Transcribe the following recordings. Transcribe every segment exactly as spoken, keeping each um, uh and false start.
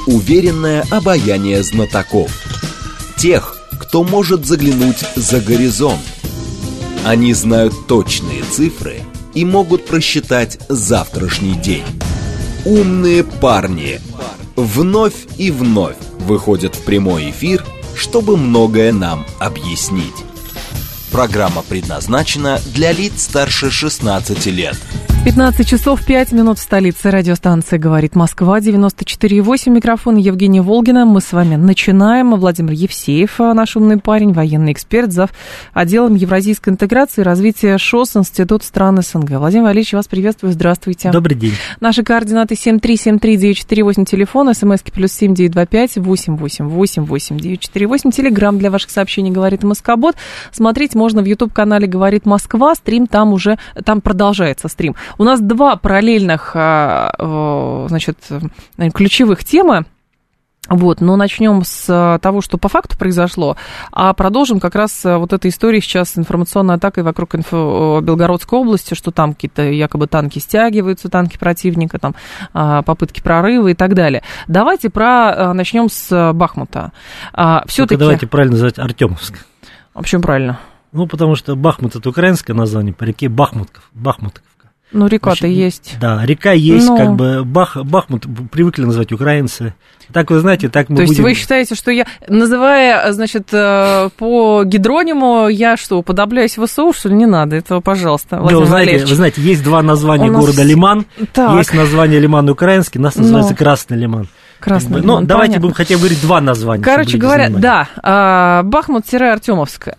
уверенное обаяние знатоков. Тех, кто может заглянуть за горизонт. Они знают точные цифры и могут просчитать завтрашний день. Умные парни вновь и вновь выходят в прямой эфир, чтобы многое нам объяснить. Программа предназначена для лиц старше шестнадцати лет. пятнадцать часов пять минут в столице. Радиостанция «Говорит Москва», девяносто четыре и восемь. Микрофон Евгения Волгина. Мы с вами начинаем. Владимир Евсеев, наш умный парень, военный эксперт, зав. Отделом евразийской интеграции и развития ШОС Институт стран СНГ. Владимир Валерьевич, вас приветствую. Здравствуйте. Добрый день. Наши координаты семь три семь три девять четыре восемь, телефон, смски плюс семь девять два пять восемь восемь восемь восемь девять четыре восемь, телеграмм для ваших сообщений «Говорит Москобот». Смотреть можно в YouTube-канале «Говорит Москва». Стрим там уже, там продолжается стрим. У нас два параллельных, значит, ключевых темы. Вот, но начнем с того, что по факту произошло, а продолжим как раз вот этой историей сейчас с информационной атакой вокруг инфо- Белгородской области, что там какие-то якобы танки стягиваются, танки противника, там попытки прорыва и так далее. Давайте про начнем с Бахмута. Все-таки... Давайте правильно называть Артемовск. А почему правильно? Ну, потому что Бахмут — это украинское название, по реке Бахмутков, Бахмутковка. Ну, река-то Значит, есть. Да, река есть, Но... как бы Бах, Бахмут привыкли называть украинцы. Так вы знаете, так мы То будем... есть вы считаете, что я, называя, значит, по гидрониму, я что, уподобляюсь ВСУ, что ли? Не надо этого, пожалуйста, Владимир да, вы, знаете, Валерьевич. вы знаете, есть два названия У нас... города Лиман, так. есть название Лиман украинский, у нас называется Но... Красный Лиман. Красный как бы, Лиман, ну, давайте понятно. будем хотя бы говорить два названия. Короче говоря, да, Бахмут-Артемовск.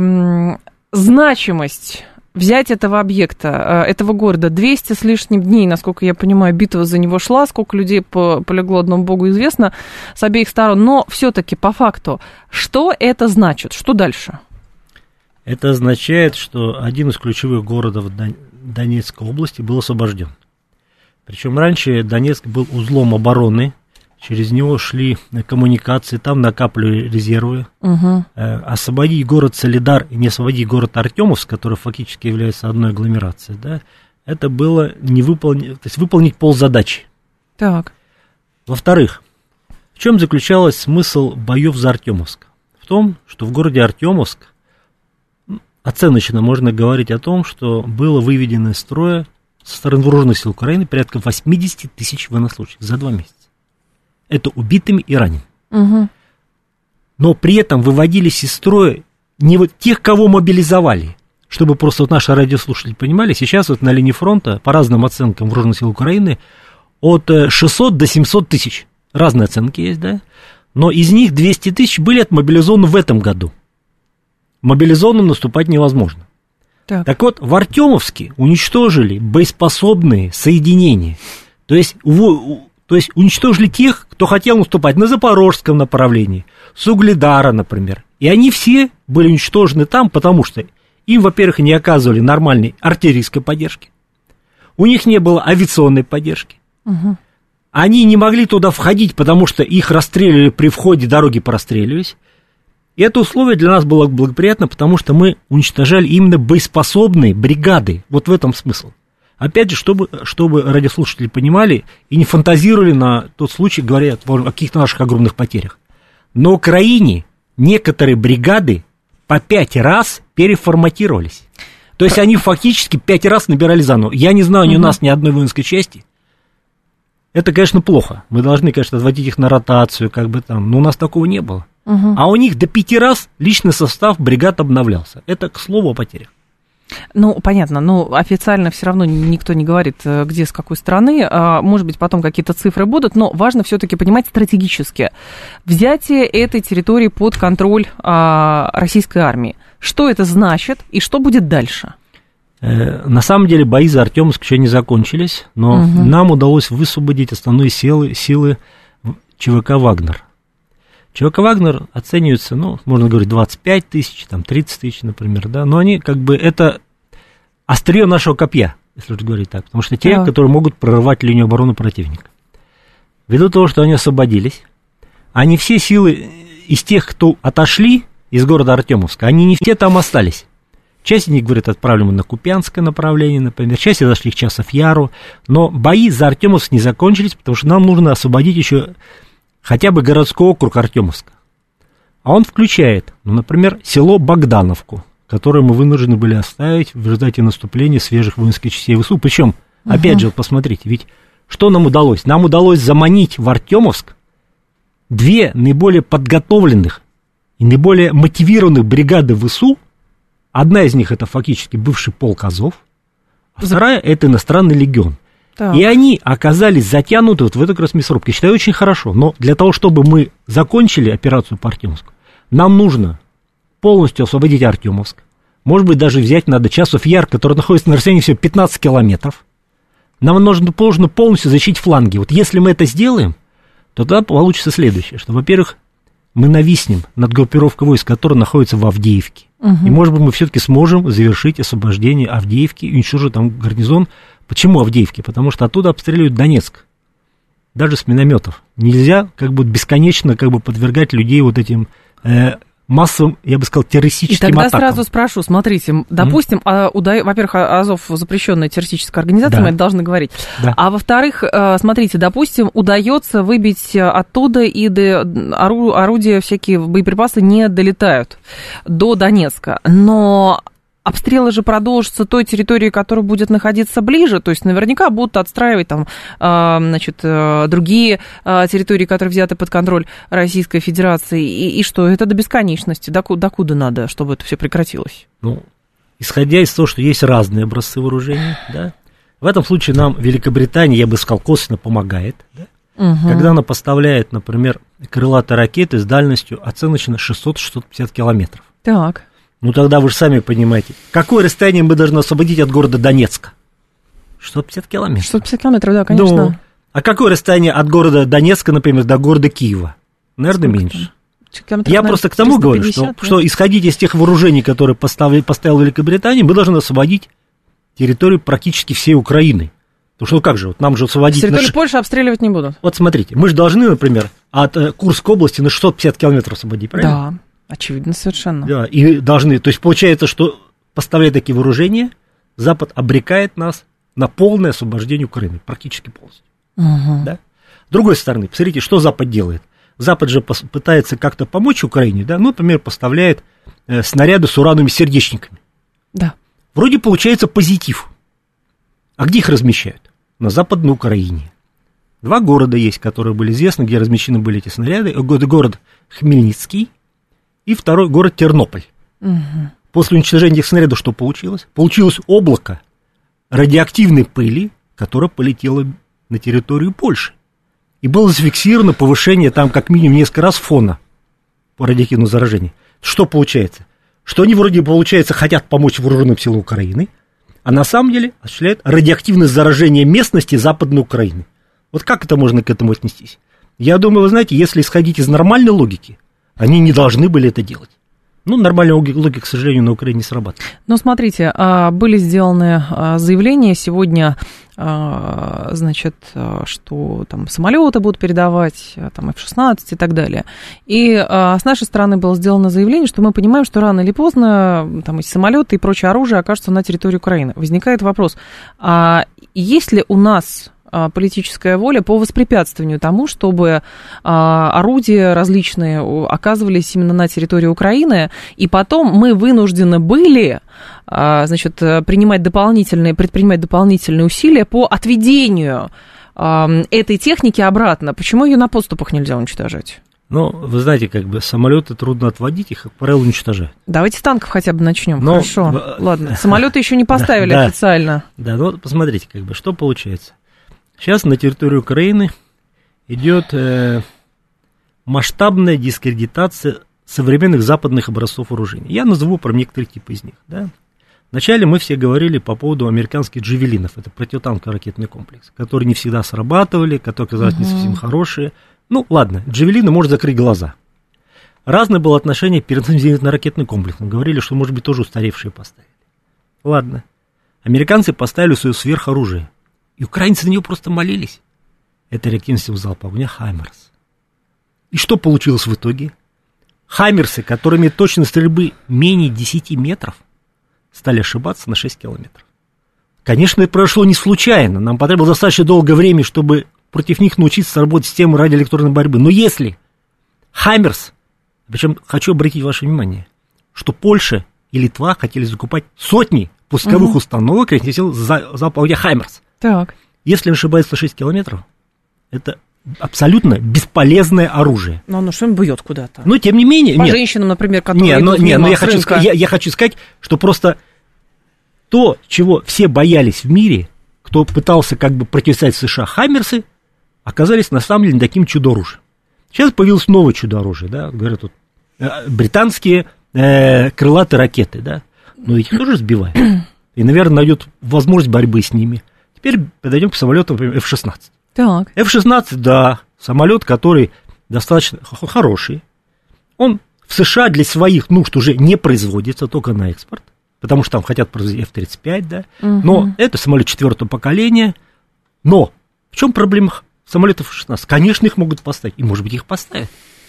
Значимость... Взять этого объекта, этого города, двести с лишним дней, насколько я понимаю, битва за него шла, сколько людей полегло, одному богу известно, с обеих сторон, но все-таки по факту, что это значит, что дальше? Это означает, что один из ключевых городов Донецкой области был освобожден. Причем раньше Донецк был узлом обороны, через него шли коммуникации, там накапливали резервы. Угу. Освободить город Солидар и не освободить город Артемовск, который фактически является одной агломерацией, да, это было не выполнить, то есть выполнить ползадачи. Так. Во-вторых, в чем заключался смысл боев за Артемовск? В том, что в городе Артемовск оценочно можно говорить о том, что было выведено из строя со стороны вооруженных сил Украины порядка восемьдесят тысяч военнослужащих за два месяца. Это убитыми и ранеными. Угу. Но при этом выводились из строя не вот тех, кого мобилизовали. Чтобы просто вот наши радиослушатели понимали, сейчас вот на линии фронта, по разным оценкам вооруженных сил Украины, от шестисот до семисот тысяч. Разные оценки есть, да? Но из них двести тысяч были отмобилизованы в этом году. Мобилизованным наступать невозможно. Так. так вот, в Артемовске уничтожили боеспособные соединения. То есть... То есть уничтожили тех, кто хотел наступать на Запорожском направлении, с Угледара, например. И они все были уничтожены там, потому что им, во-первых, не оказывали нормальной артиллерийской поддержки. У них не было авиационной поддержки. Угу. Они не могли туда входить, потому что их расстреливали при входе, дороги простреливались. И это условие для нас было благоприятно, потому что мы уничтожали именно боеспособные бригады. Вот в этом смысл. Опять же, чтобы, чтобы радиослушатели понимали и не фантазировали на тот случай, говоря о каких-то наших огромных потерях. На Украине некоторые бригады по пять раз переформатировались. То есть они фактически пять раз набирали заново. Я не знаю ни у нас ни одной воинской части. Это, конечно, плохо. Мы должны, конечно, отводить их на ротацию, как бы там, но у нас такого не было. Угу. А у них до пяти раз личный состав бригад обновлялся. Это, к слову, о потерях. Ну, понятно, но официально все равно никто не говорит, где, с какой страны. Может быть, потом какие-то цифры будут, но важно все-таки понимать стратегически. Взятие этой территории под контроль российской армии. Что это значит и что будет дальше? На самом деле бои за Артемовск еще не закончились, но угу. нам удалось высвободить основные силы, силы ЧВК «Вагнер». ЧВК «Вагнер» оценивается, ну, можно говорить, двадцать пять тысяч, там, тридцать тысяч, например, да, но они, как бы, это острие нашего копья, если уж говорить так, потому что те, да. которые могут прорывать линию обороны противника. Ввиду того, что они освободились, они все силы из тех, кто отошли из города Артемовска, они не все там остались. Часть из них, говорит, отправлены на Купянское направление, например, часть зашли к Часов-Яру, но бои за Артемовск не закончились, потому что нам нужно освободить еще хотя бы городской округ Артемовска. А он включает, ну, например, село Богдановку, которое мы вынуждены были оставить в результате наступления свежих воинских частей ВСУ. Причем, угу. опять же, вот посмотрите, ведь что нам удалось? Нам удалось заманить в Артемовск две наиболее подготовленных и наиболее мотивированных бригады ВСУ. Одна из них это фактически бывший полк Азов, а За... вторая это иностранный легион. Так. И они оказались затянуты вот в эту как раз мясорубку. Я считаю, очень хорошо. Но для того, чтобы мы закончили операцию по Артемовску, нам нужно полностью освободить Артемовск. Может быть, даже взять надо Часов Яр, который находится на расстоянии всего пятнадцать километров. Нам нужно, нужно полностью защитить фланги. Вот если мы это сделаем, то тогда получится следующее, что, во-первых, мы нависнем над группировкой войск, которая находится в Авдеевке. Угу. И, может быть, мы все-таки сможем завершить освобождение Авдеевки и уничтожить там гарнизон. Почему Авдеевки? Потому что оттуда обстреливают Донецк. Даже с минометов. Нельзя как бы бесконечно как бы подвергать людей вот этим э, массовым, я бы сказал, террористическим атакам. И тогда атакам. Сразу спрошу, смотрите, допустим, mm-hmm. а, уда... во-первых, Азов запрещенная террористическая организация, да. мы это должны говорить. Да. А во-вторых, смотрите, допустим, удается выбить оттуда, и до... ору... орудия, всякие боеприпасы не долетают до Донецка. Но обстрелы же продолжатся той территории, которая будет находиться ближе, то есть наверняка будут отстраивать там, значит, другие территории, которые взяты под контроль Российской Федерации, и, и что, это до бесконечности, докуда, докуда надо, чтобы это все прекратилось? Ну, исходя из того, что есть разные образцы вооружения, да, в этом случае нам Великобритания, я бы сказал, косвенно помогает, да, угу. когда она поставляет, например, крылатые ракеты с дальностью оценочно шестьсот - шестьсот пятьдесят километров. Так. Ну, тогда вы же сами понимаете, какое расстояние мы должны освободить от города Донецка? шестьсот пятьдесят километров. шестьсот пятьдесят километров, да, конечно. Ну, а какое расстояние от города Донецка, например, до города Киева? Наверное, Сколько меньше. Я наверное, просто к тому говорю, что, да? что исходить из тех вооружений, которые поставили, поставила Великобритания, мы должны освободить территорию практически всей Украины. Потому что, ну как же, вот нам же освободить... Территорию наш... Польши обстреливать не будут. Вот смотрите, мы же должны, например, от Курской области на шестьсот пятьдесят километров освободить, правильно? Да. Очевидно, совершенно. Да, и должны, то есть получается, что поставляя такие вооружения, Запад обрекает нас на полное освобождение Украины, практически полностью. Угу. Да? С другой стороны, посмотрите, что Запад делает. Запад же пытается как-то помочь Украине, да, ну, например, поставляет э, снаряды с урановыми сердечниками. Да. Вроде получается позитив. А где их размещают? На Западной Украине. Два города есть, которые были известны, где размещены были эти снаряды. Город Хмельницкий и второй город Тернополь. Угу. После уничтожения этих снарядов что получилось? Получилось облако радиоактивной пыли, которое полетело на территорию Польши. И было зафиксировано повышение там как минимум несколько раз фона по радиоактивному заражению. Что получается? Что они вроде, получается, хотят помочь вооруженным силам Украины, а на самом деле осуществляют радиоактивное заражение местности Западной Украины. Вот как это можно к этому отнестись? Я думаю, вы знаете, если исходить из нормальной логики, они не должны были это делать. Ну, нормальная логика, к сожалению, на Украине не срабатывает. Ну, смотрите, были сделаны заявления сегодня, значит, что там самолеты будут передавать, там эф шестнадцать и так далее. И с нашей стороны было сделано заявление, что мы понимаем, что рано или поздно там эти самолеты и прочее оружие окажутся на территории Украины. Возникает вопрос, а есть ли у нас политическая воля по воспрепятствованию тому, чтобы орудия различные оказывались именно на территории Украины, и потом мы вынуждены были, значит, принимать дополнительные, предпринимать дополнительные усилия по отведению этой техники обратно. Почему ее на подступах нельзя уничтожать? Ну, вы знаете, как бы самолеты трудно отводить, их, как правило, уничтожают. Давайте с танков хотя бы начнем. Но... Хорошо. Ладно. Самолеты еще не поставили да, официально. Да, ну посмотрите, как бы, что получается. Сейчас на территории Украины идет э, масштабная дискредитация современных западных образцов вооружения. Я назову про некоторые типы из них. Да? Вначале мы все говорили по поводу американских джавелинов. Это противотанковый ракетный комплекс, которые не всегда срабатывали, которые оказались не совсем хорошие. Ну, ладно, джавелины может закрыть глаза. Разное было отношение перед зенитно-ракетным комплексом. Говорили, что, может быть, тоже устаревшие поставили. Ладно. Американцы поставили свое сверхоружие. И украинцы на него просто молились. Это реактивный система залпового огня «Хаймерс». И что получилось в итоге? «Хаймерсы», которые имеют точность стрельбы менее десяти метров, стали ошибаться на шесть километров. Конечно, это произошло не случайно. Нам потребовалось достаточно долгое время, чтобы против них научиться работать системой радиоэлектронной борьбы. Но если «Хаймерс», причем хочу обратить ваше внимание, что Польша и Литва хотели закупать сотни пусковых угу. установок залпового орудия «Хаймерс». Так. Если не ошибаюсь, сто шесть километров, это абсолютно бесполезное оружие. Но оно что-нибудь бьет куда-то. Но тем не менее... По нет, женщинам, например, которые нет, идут но, нет, мимо но я, хочу, я, я хочу сказать, что просто то, чего все боялись в мире, кто пытался как бы противостоять США, «Хаймерсы», оказались на самом деле таким чудо-оружием. Сейчас появилось новое чудо-оружие, да, говорят, вот, британские э, крылатые ракеты, да, но их тоже сбивают. И, наверное, найдет возможность борьбы с ними. Теперь подойдем к самолету, например, эф шестнадцать. Так. эф шестнадцать, да, самолет, который достаточно хороший. Он в США для своих нужд уже не производится, только на экспорт, потому что там хотят производить эф тридцать пять, да. Угу. Но это самолет четвертого поколения. Но в чем проблема самолетов эф шестнадцать? Конечно, их могут поставить, и, может быть, их поставят.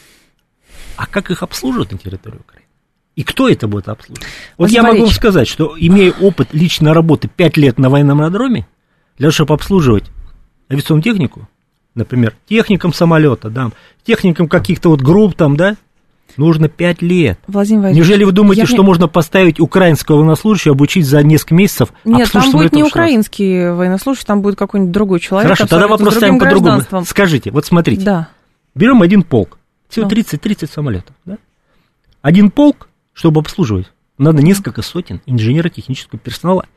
А как их обслуживают на территории Украины? И кто это будет обслуживать? Вот я могу вам сказать, что, имея опыт личной работы пять лет на военном аэродроме, для того, чтобы обслуживать авиационную технику, например, техникам самолета, да, техникам каких-то вот групп там, да, нужно пять лет. Владимир Неужели вы думаете, я... что можно поставить украинского военнослужащего, обучить за несколько месяцев? Нет, там будет не украинский военнослужащий, там будет какой-нибудь другой человек. Хорошо, тогда вопрос ставим по-другому. Скажите, вот смотрите, да. Берем один полк, всего тридцать-тридцать самолетов, да? Один полк, чтобы обслуживать, надо несколько сотен инженерно-технического персонала,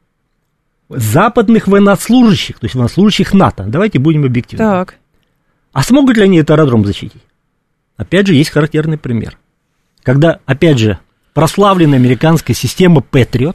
западных военнослужащих, то есть военнослужащих НАТО. Давайте будем объективны. Так. А смогут ли они этот аэродром защитить? Опять же, есть характерный пример. Когда, опять же, прославленная американская система Патриот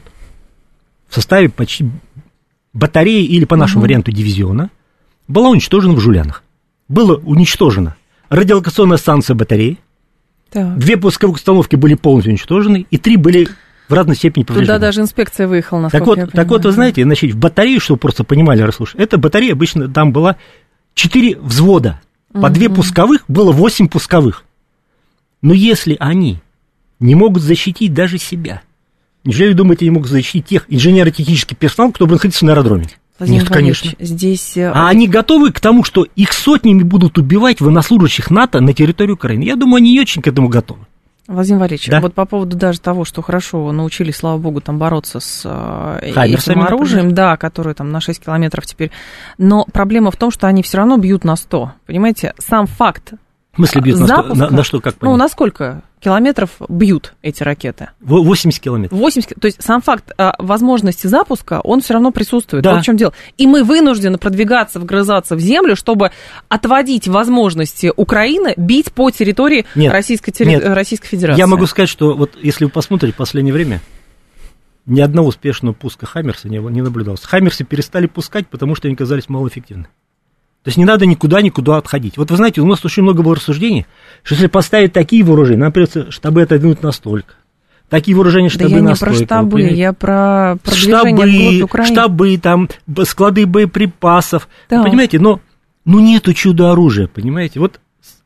в составе почти батареи или, по нашему угу. варианту, дивизиона, была уничтожена в Жулянах. Было уничтожена радиолокационная станция батареи, так. две пусковых установки были полностью уничтожены, и три были в разной степени повреждены. Туда даже инспекция выехала, насколько так вот, я понимаю. Так вот, вы знаете, значит, в батарею, чтобы просто понимали, расслушать, эта батарея обычно, там была четыре взвода, по две пусковых, было восемь пусковых. Но если они не могут защитить даже себя, неужели, думаете, они могут защитить тех инженерно-технический персонал, кто будет находиться на аэродроме? Владимир Нет, конечно. Здесь... А они готовы к тому, что их сотнями будут убивать военнослужащих НАТО на территории Украины? Я думаю, они не очень к этому готовы. Владимир Валерьевич, да? вот по поводу даже того, что хорошо научились, слава богу, там бороться с этим оружием, да, которое там на шесть километров теперь, но проблема в том, что они все равно бьют на сто, понимаете, сам факт В смысле бьют на сто? На, на что, как понять? Ну, на сколько километров бьют эти ракеты? восемьдесят километров. восемьдесят, то есть сам факт а, возможности запуска, он все равно присутствует. Да. Вот в чем дело. И мы вынуждены продвигаться, вгрызаться в землю, чтобы отводить возможности Украины бить по территории нет, Российской, терри... нет. Российской Федерации. Я могу сказать, что вот если вы посмотрите в последнее время, ни одного успешного пуска «Хаймерса» не, не наблюдалось. «Хаймерсы» перестали пускать, потому что они казались малоэффективны. То есть не надо никуда-никуда отходить. Вот вы знаете, у нас очень много было рассуждений, что если поставить такие вооружения, нам придется штабы отодвинуть настолько. Такие вооружения, штабы да я настолько. Не про штабы, вот, я про продвижение штабы, вглубь Украины. Штабы, там, склады боеприпасов. Да. Вы понимаете, но ну, нету чудо-оружия, понимаете. Вот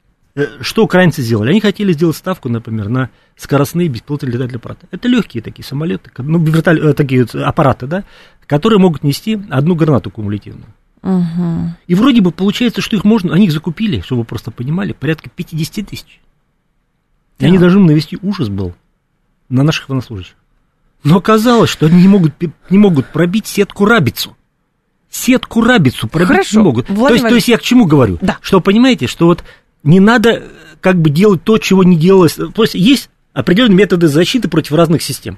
что украинцы сделали? Они хотели сделать ставку, например, на скоростные беспилотные летательные аппараты. Это легкие такие самолеты, ну, вертолеты, такие вот аппараты, да, которые могут нести одну гранату кумулятивную. Угу. И вроде бы получается, что их можно, они их закупили, чтобы вы просто понимали, порядка пятьдесят тысяч. И да. они должны навести ужас был на наших военнослужащих. Но оказалось, что они не могут, не могут пробить сетку-рабицу. Сетку-рабицу пробить Хорошо. не могут. То есть, то есть я к чему говорю? Да. Что, понимаете, что вот не надо как бы делать то, чего не делалось. То есть есть определенные методы защиты против разных систем.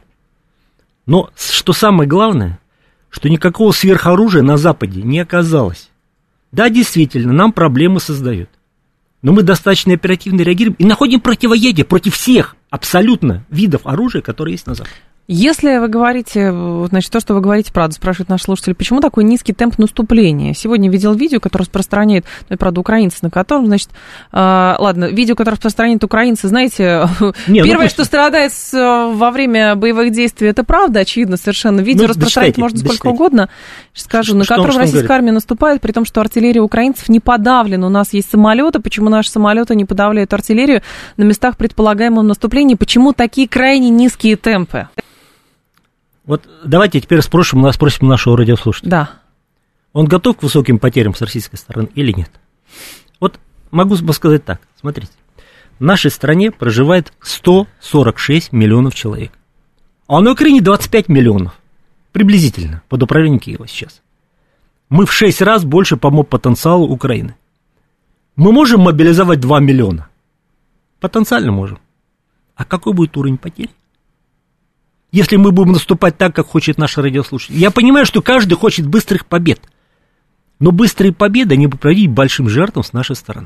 Но что самое главное, что никакого сверхоружия на Западе не оказалось. Да, действительно, нам проблемы создают. Но мы достаточно оперативно реагируем и находим противоядие против всех абсолютно видов оружия, которые есть на Западе. Если вы говорите, значит, то, что вы говорите, правда, спрашивают наши слушатели, почему такой низкий темп наступления? Сегодня видел видео, которое распространяет, ну, правда, украинцы, на котором, значит, э, ладно, видео, которое распространяет украинцы, знаете, Не, первое, ну, что страдает с, во время боевых действий, это правда, очевидно, совершенно. Видео ну, распространять можно сколько дочитайте. Угодно, скажу, что, на котором российская говорит? Армия наступает, при том, что артиллерия украинцев не подавлена. У нас есть самолеты, почему наши самолеты не подавляют артиллерию на местах предполагаемого наступления, почему такие крайне низкие темпы? Вот давайте теперь спросим, спросим нашего радиослушателя. Да. он готов к высоким потерям с российской стороны или нет? Вот могу сказать так, смотрите. В нашей стране проживает сто сорок шесть миллионов человек. А на Украине двадцать пять миллионов. Приблизительно, под управлением Киева сейчас. Мы в шесть раз больше по потенциалу Украины. Мы можем мобилизовать два миллиона? Потенциально можем. А какой будет уровень потерь? Если мы будем наступать так, как хочет наш радиослушатель. Я понимаю, что каждый хочет быстрых побед. Но быстрые победы не приводить к большим жертвам с нашей стороны.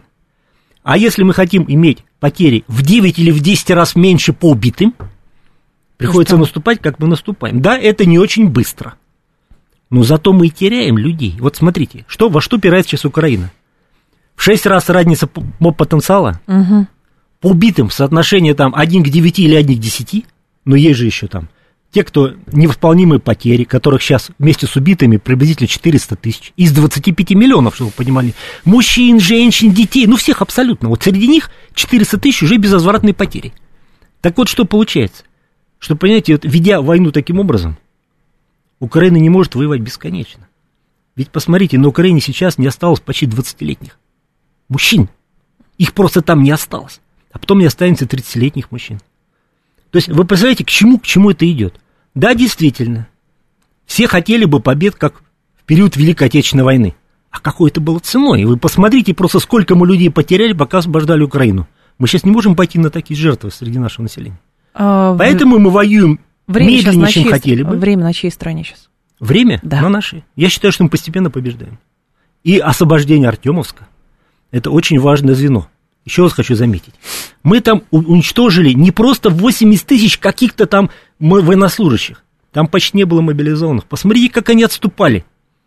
А если мы хотим иметь потери в девять или в десять раз меньше по убитым, приходится наступать, как мы наступаем. Да, это не очень быстро. Но зато мы и теряем людей. Вот смотрите, что, во что упирается сейчас Украина. В шесть раз разница моб-потенциала. Угу. По убитым соотношение там один к девяти или один к десяти. Но есть же еще там те, кто невосполнимые потери, которых сейчас вместе с убитыми приблизительно четыреста тысяч. Из двадцати пяти миллионов, чтобы вы понимали. Мужчин, женщин, детей, ну всех абсолютно. Вот среди них четыреста тысяч уже безвозвратные потери. Так вот, что получается? Что, понимаете, вот, ведя войну таким образом, Украина не может воевать бесконечно. Ведь посмотрите, на Украине сейчас не осталось почти двадцатилетних мужчин. Их просто там не осталось. А потом не останется тридцатилетних мужчин. То есть вы представляете, к чему, к чему это идет? Да, действительно, все хотели бы побед, как в период Великой Отечественной войны. А какой это было ценой? Вы посмотрите просто, сколько мы людей потеряли, пока освобождали Украину. Мы сейчас не можем пойти на такие жертвы среди нашего населения. А, Поэтому в... мы воюем время медленнее, чем чьей... хотели бы. Время на чьей стороне сейчас? Время? Да. На нашей. Я считаю, что мы постепенно побеждаем. И освобождение Артемовска – это очень важное звено. Еще раз хочу заметить. Мы там уничтожили не просто восемьдесят тысяч каких-то там военнослужащих. Там почти не было мобилизованных. Посмотрите, как они отступали.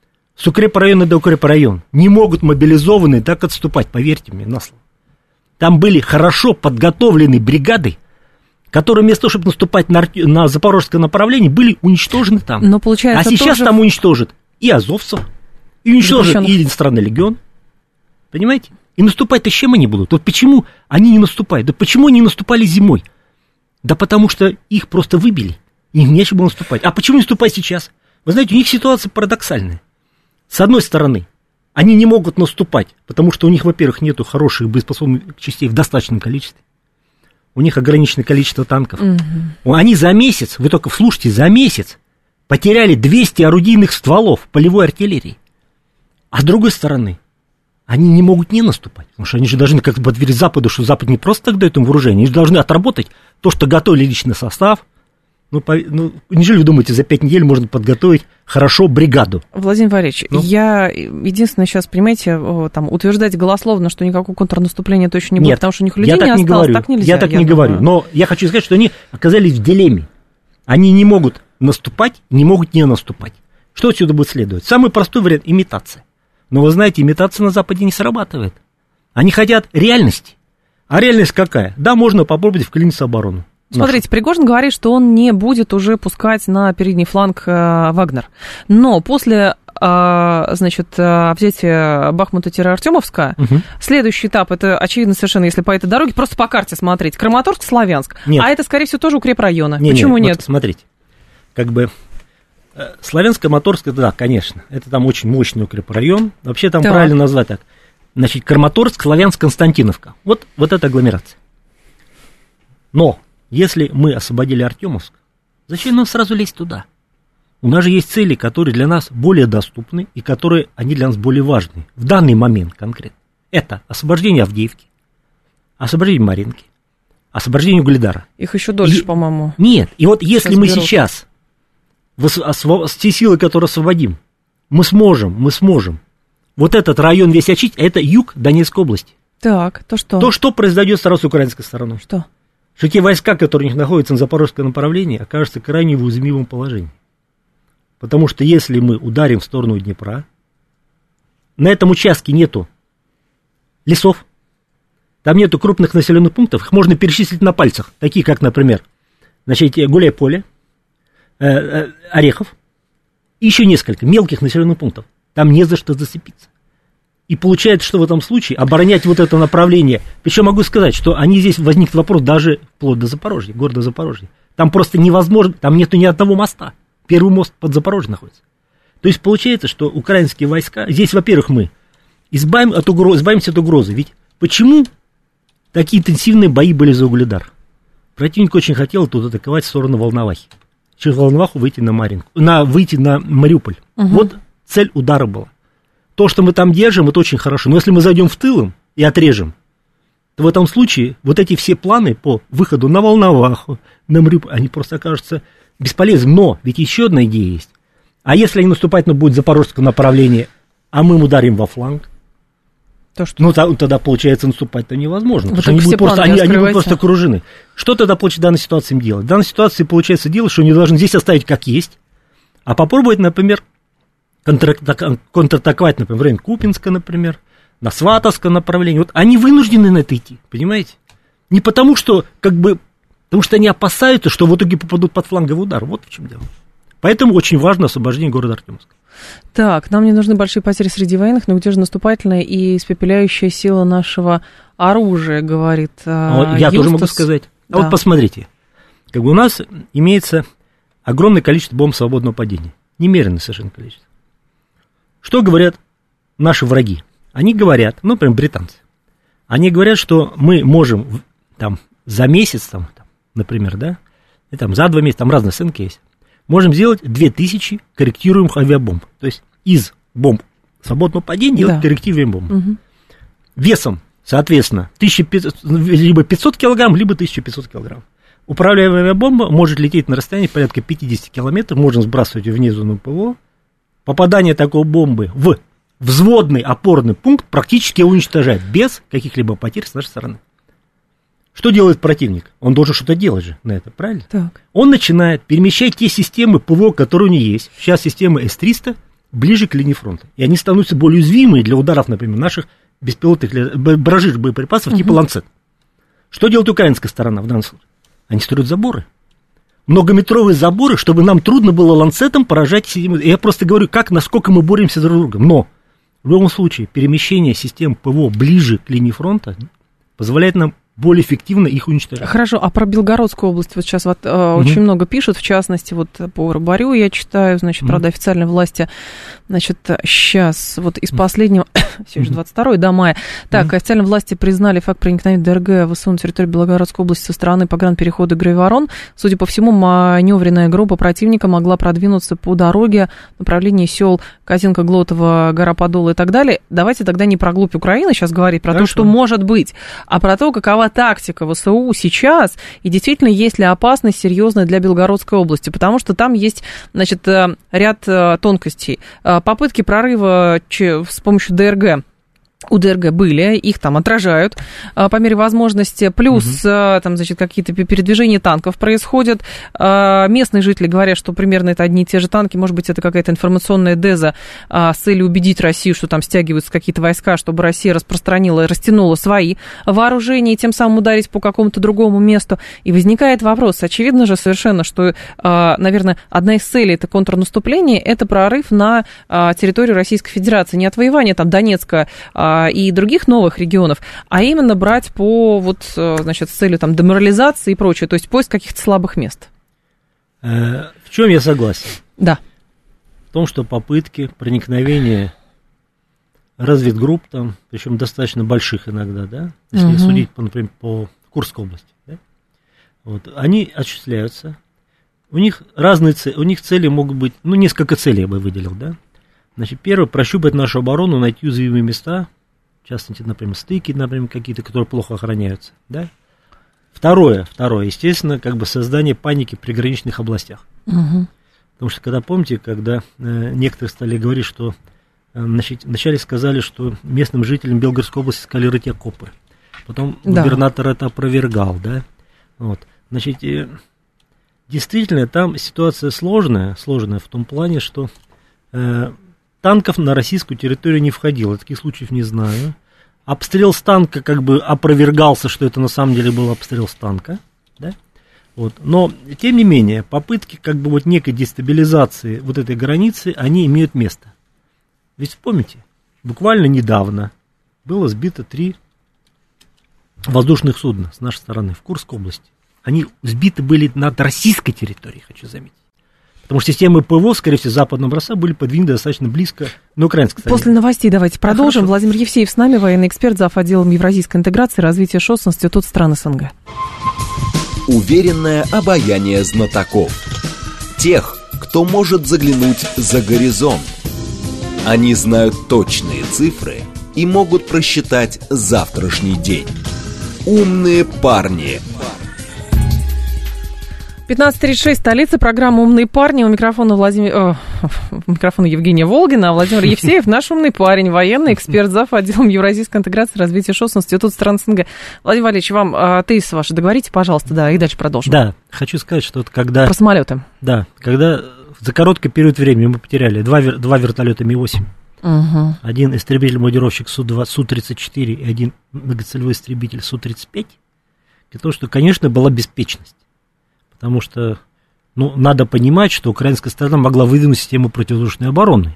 С укрепрайона до укрепрайона. Не могут мобилизованные так отступать, поверьте мне на слово. Там были хорошо подготовленные бригады, которые вместо того, чтобы наступать на, на запорожское направление, были уничтожены там. Но получается, а сейчас тоже... там уничтожат и азовцев, и уничтожат и иностранный легион. Понимаете? И наступать-то с чем они будут? Вот почему они не наступают? Да почему они наступали зимой? Да потому что их просто выбили, им нечего было наступать. А почему не наступать сейчас? Вы знаете, у них ситуация парадоксальная. С одной стороны, они не могут наступать, потому что у них, во-первых, нету хороших боеспособных частей в достаточном количестве. У них ограниченное количество танков. Угу. Они за месяц, вы только вслушайте, за месяц потеряли двести орудийных стволов полевой артиллерии. А с другой стороны, они не могут не наступать, потому что они же должны как бы подверить Западу, что Запад не просто так дает им вооружение, они же должны отработать то, что готовили личный состав. Ну, по, ну, неужели вы думаете, за пять недель можно подготовить хорошо бригаду? Владимир Валерьевич, ну? я единственное сейчас, понимаете, там, утверждать голословно, что никакого контрнаступления точно не будет, Нет, потому что у них людей не осталось, говорю, так нельзя. Я так я не думаю. говорю, но я хочу сказать, что они оказались в дилемме. Они не могут наступать, не могут не наступать. Что отсюда будет следовать? Самый простой вариант – имитация. Но вы знаете, имитация на Западе не срабатывает. Они хотят реальности. А реальность какая? Да, можно попробовать вклиниться в оборону. Смотрите, нашу. Пригожин говорит, что он не будет уже пускать на передний фланг э, Вагнер. Но после э, значит, э, взятия Бахмута-Артемовска, угу. следующий этап, это очевидно совершенно, если по этой дороге, просто по карте смотреть, Краматорск, Славянск. Нет. А это, скорее всего, тоже укрепрайоны. Не, Почему нет? нет? Вот смотрите, как бы э, Славянск, Краматорск, это да, конечно, это там очень мощный укрепрайон. Вообще там так. правильно назвать так. Значит, Краматорск, Славянск, Константиновка. Вот, вот это агломерация. Но если мы освободили Артемовск, зачем нам сразу лезть туда? У нас же есть цели, которые для нас более доступны и которые они для нас более важны в данный момент конкретно. Это освобождение Авдеевки, освобождение Маринки, освобождение Угледара. Их еще дольше, и, по-моему. Нет, и вот если мы берут. сейчас с те силы, которые освободим, мы сможем, мы сможем вот этот район весь очистить, а это юг Донецкой области. Так, то что? То, что произойдет сразу с украинской стороной. Что? Что те войска, которые у них находятся на запорожском направлении, окажутся крайне в уязвимом положении. Потому что если мы ударим в сторону Днепра, на этом участке нету лесов, там нету крупных населенных пунктов, их можно перечислить на пальцах, такие как, например, значит, Гуляй-Поле, э, э, Орехов, и еще несколько мелких населенных пунктов. Там не за что зацепиться. И получается, что в этом случае оборонять вот это направление, причем могу сказать, что они здесь возник вопрос даже вплоть до Запорожья, города Запорожья. Там просто невозможно, там нету ни одного моста. Первый мост под Запорожьем находится. То есть получается, что украинские войска, здесь, во-первых, мы избавим от угроз, избавимся от угрозы. Ведь почему такие интенсивные бои были за Угледар? Противник очень хотел тут атаковать в сторону Волновахи. Через Волноваху выйти на Маринку, на, выйти на Мариуполь. Угу. Вот цель удара была. То, что мы там держим, это очень хорошо. Но если мы зайдем в тылом и отрежем, то в этом случае вот эти все планы по выходу на Волноваху, на Мариуполь, они просто окажутся бесполезными. Но ведь еще одна идея есть. А если они наступать, но будет запорожское направление, а мы им ударим во фланг, то что? Ну, тогда, получается, наступать-то невозможно. Потому что они будут, просто, они, они будут просто окружены. Что тогда, получается, в данной ситуации им делать? В данной ситуации, получается, делать, что они должны здесь оставить как есть, а попробовать, например, контратаковать, например, в районе Купинска, например, на Сватовское направление. Вот они вынуждены на это идти, понимаете? Не потому, что, как бы, потому что они опасаются, что в итоге попадут под фланговый удар. Вот в чем дело. Поэтому очень важно освобождение города Артемовска. Так, нам не нужны большие потери среди военных, но где же наступательная и испепеляющая сила нашего оружия, говорит а вот Я Юстас. тоже могу сказать. А да. вот посмотрите, как бы у нас имеется огромное количество бомб свободного падения. Немеренное совершенно количество. Что говорят наши враги? Они говорят, ну, прям британцы, они говорят, что мы можем там за месяц, там, там, например, да, и там за два месяца, там разные оценки есть, можем сделать две тысячи корректируемых авиабомб. То есть из бомб свободного падения делать да. корректируемые бомбы. Угу. Весом, соответственно, тысяча пятьсот, либо пятьсот килограмм, либо тысяча пятьсот килограмм. Управляемая авиабомба может лететь на расстоянии порядка пятьдесят километров, можно сбрасывать ее вне зоны ПВО. Попадание такой бомбы в взводный опорный пункт практически уничтожает без каких-либо потерь с нашей стороны. Что делает противник? Он должен что-то делать же на это, правильно? Так. Он начинает перемещать те системы ПВО, которые у него есть. Сейчас системы эс триста ближе к линии фронта. И они становятся более уязвимы для ударов, например, наших беспилотных баражированных боеприпасов угу. типа «Ланцет». Что делает украинская сторона в данном случае? Они строят заборы. Многометровые заборы, чтобы нам трудно было «Ланцетом» поражать системы. Я просто говорю, как, насколько мы боремся друг с другом. Но в любом случае перемещение систем ПВО ближе к линии фронта позволяет нам более эффективно их уничтожать. Хорошо, а про Белгородскую область вот сейчас вот, э, угу. очень много пишут, в частности, вот по Рыбарю я читаю, значит, угу. правда, официальной власти, значит, сейчас, вот из последнего, все еще двадцать второго до мая, так, угу. официальные власти признали факт проникновения ДРГ ВСУ на территорию Белгородской области со стороны погранперехода Грейворон. Судя по всему, маневренная группа противника могла продвинуться по дороге в направлении сел Козинка, Глотова, Гора Подола и так далее. Давайте тогда не про глубь Украины сейчас говорить, про Хорошо. то, что может быть, а про то, какова тактика ВСУ сейчас, и действительно есть ли опасность серьезная для Белгородской области, потому что там есть, значит, ряд тонкостей. Попытки прорыва с помощью ДРГ. У ДРГ были, их там отражают по мере возможности, плюс угу. там, значит, какие-то передвижения танков происходят. Местные жители говорят, что примерно это одни и те же танки, может быть, это какая-то информационная деза с целью убедить Россию, что там стягиваются какие-то войска, чтобы Россия распространила и растянула свои вооружения и тем самым ударить по какому-то другому месту. И возникает вопрос, очевидно же совершенно, что, наверное, одна из целей это контрнаступление, это прорыв на территорию Российской Федерации, не отвоевание там Донецка и других новых регионов, а именно брать по, вот, значит, с целью там, деморализации и прочее, то есть поиск каких-то слабых мест. В чем я согласен? Да. В том, что попытки проникновения разведгрупп, там, причем достаточно больших иногда, да, если угу. судить, по, например, по Курской области, да, вот, они осуществляются, у них разные цели, у них цели могут быть, ну, несколько целей я бы выделил, да. Значит, первое, прощупать нашу оборону, найти уязвимые места, в частности, например, стыки, например, какие-то, которые плохо охраняются, да. Второе, второе, естественно, как бы создание паники в приграничных областях. Угу. Потому что, когда, помните, когда э, некоторые стали говорить, что, э, значит, вначале сказали, что местным жителям Белгородской области сказали рыть окопы, потом да. губернатор это опровергал, да, вот, значит, э, действительно, там ситуация сложная, сложная в том плане, что э, танков на российскую территорию не входило, таких случаев не знаю. Обстрел с танка как бы опровергался, что это на самом деле был обстрел с танка, да? Вот. Но, тем не менее, попытки как бы вот некой дестабилизации вот этой границы, они имеют место. Ведь вспомните, буквально недавно было сбито три воздушных судна с нашей стороны в Курской области. Они сбиты были над российской территорией, хочу заметить. Потому что системы ПВО, скорее всего, западного образца были подвинуты достаточно близко на украинской стороне. После новостей давайте продолжим. А, Владимир Евсеев с нами, военный эксперт, зав. Отделом евразийской интеграции и развития ШОС Институт стран СНГ. Уверенное обаяние знатоков. Тех, кто может заглянуть за горизонт. Они знают точные цифры и могут просчитать завтрашний день. Умные парни. пятнадцать тридцать шесть, столица, программа «Умные парни». У микрофона, Владимир... О, у микрофона Евгения Волгина, а Владимир Евсеев, наш умный парень, военный эксперт, зав. Отделом евразийской интеграции и развития ШОС Институт стран СНГ. Владимир Валерьевич, вам а, тезис ваш договорите, пожалуйста, да, и дальше продолжим. Да, хочу сказать, что вот когда... Про самолеты. Да, когда за короткий период времени мы потеряли два, два вертолета Ми восемь, угу. один истребитель-бомбардировщик Су тридцать четыре и один многоцелевой истребитель Су тридцать пять, для того, что, конечно, была беспечность. Потому что, ну, надо понимать, что украинская сторона могла выдвинуть систему противовоздушной обороны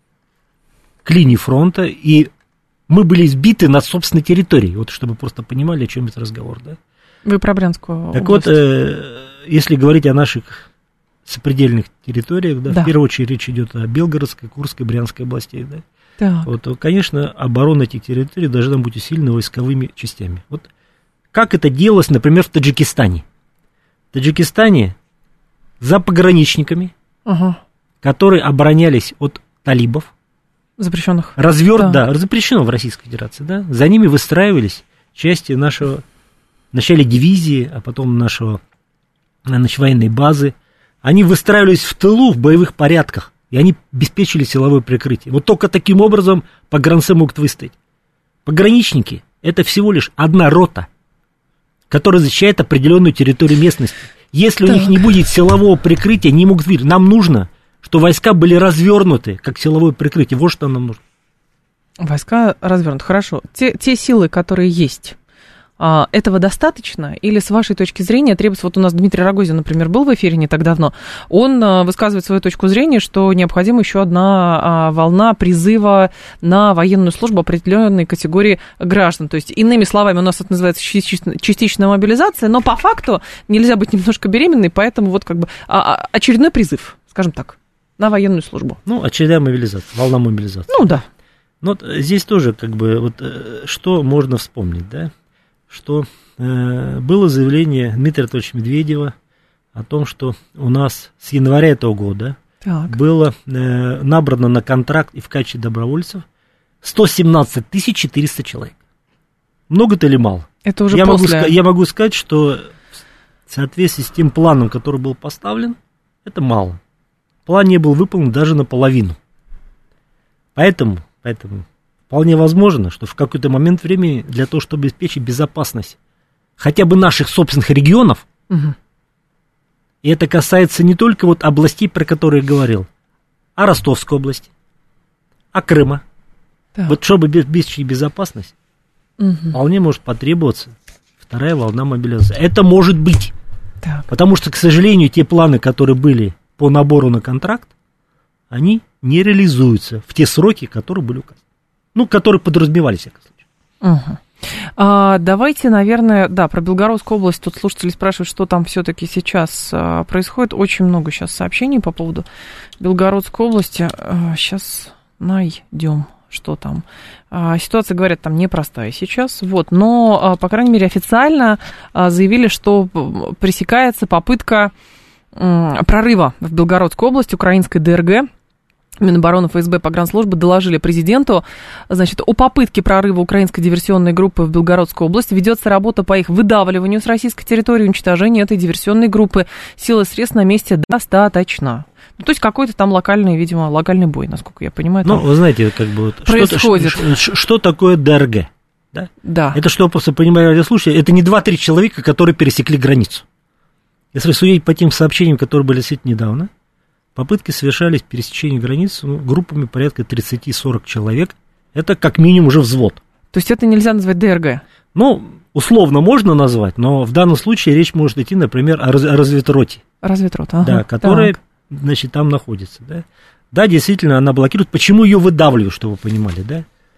к линии фронта, и мы были сбиты на собственной территории, вот чтобы просто понимали, о чем это разговор, да? Вы про Брянскую Так область. вот, э, если говорить о наших сопредельных территориях, да, да, в первую очередь речь идет о Белгородской, Курской, Брянской областях, да, так. Вот, то, конечно, оборона этих территорий должна быть усилена войсковыми частями. Вот как это делалось, например, в Таджикистане. В Таджикистане за пограничниками, ага. которые оборонялись от талибов, запрещенных, разверт, да. да, запрещено в Российской Федерации, да, за ними выстраивались части нашего, вначале дивизии, а потом нашего, значит, военной базы. Они выстраивались в тылу в боевых порядках, и они обеспечили силовое прикрытие. Вот только таким образом погранцы могут выстоять. Пограничники – это всего лишь одна рота, которая защищает определенную территорию местности. Если так. у них не будет силового прикрытия, они могут выйти. Нам нужно, чтобы войска были развернуты, как силовое прикрытие. Вот что нам нужно. Войска развернуты, хорошо. Те, те силы, которые есть, этого достаточно? Или, с вашей точки зрения, требуется... Вот у нас Дмитрий Рогозин, например, был в эфире не так давно. Он высказывает свою точку зрения, что необходима еще одна волна призыва на военную службу определенной категории граждан. То есть, иными словами, у нас это называется частичная мобилизация, но по факту нельзя быть немножко беременной, поэтому вот как бы очередной призыв, скажем так, на военную службу. Ну, очередная мобилизация, волна мобилизации. Ну, да. Но вот здесь тоже, как бы, вот что можно вспомнить, да? Что э, было заявление Дмитрия Анатольевича Медведева о том, что у нас с января этого года так. было э, набрано на контракт и в качестве добровольцев сто семнадцать тысяч четыреста человек. Много-то или мало? Это уже я после... Могу, я могу сказать, что в соответствии с тем планом, который был поставлен, это мало. План не был выполнен даже наполовину. Поэтому, поэтому... Вполне возможно, что в какой-то момент времени для того, чтобы обеспечить безопасность хотя бы наших собственных регионов, угу. и это касается не только вот областей, про которые я говорил, а Ростовской области, а Крыма. Так. Вот чтобы обеспечить безопасность, угу. вполне может потребоваться вторая волна мобилизации. Это может быть. Так. Потому что, к сожалению, те планы, которые были по набору на контракт, они не реализуются в те сроки, которые были указаны. Ну, которые подразумевались, в всяком случае. Угу. А, давайте, наверное, да, про Белгородскую область. Тут слушатели спрашивают, что там все-таки сейчас а, происходит. Очень много сейчас сообщений по поводу Белгородской области. А, сейчас найдем, что там. А, ситуация, говорят, там непростая сейчас. Вот, но, а, по крайней мере, официально а, заявили, что пресекается попытка а, прорыва в Белгородской области украинской ДРГ. Минобороны, ФСБ, погранслужбы доложили президенту, значит, о попытке прорыва украинской диверсионной группы в Белгородскую область. Ведется работа по их выдавливанию с российской территории, уничтожению этой диверсионной группы. Силы и средств на месте достаточно. Ну, то есть какой-то там локальный, видимо, локальный бой, насколько я понимаю. Ну, вы знаете, как бы вот происходит. Что, что, что такое ДРГ? Да? Да. Это что, просто понимаю, радиослушатели, это не два-три человека, которые пересекли границу. Если судить по тем сообщениям, которые были действительно недавно, попытки совершались пересечения границы ну, группами порядка тридцать-сорок человек. Это как минимум уже взвод. То есть это нельзя назвать ДРГ? Ну, условно можно назвать, но в данном случае речь может идти, например, о разведроте. Разведрота, ага. Да, которая, так. значит, там находится. Да? да, действительно, она блокирует. Почему ее выдавливают, чтобы вы понимали, да?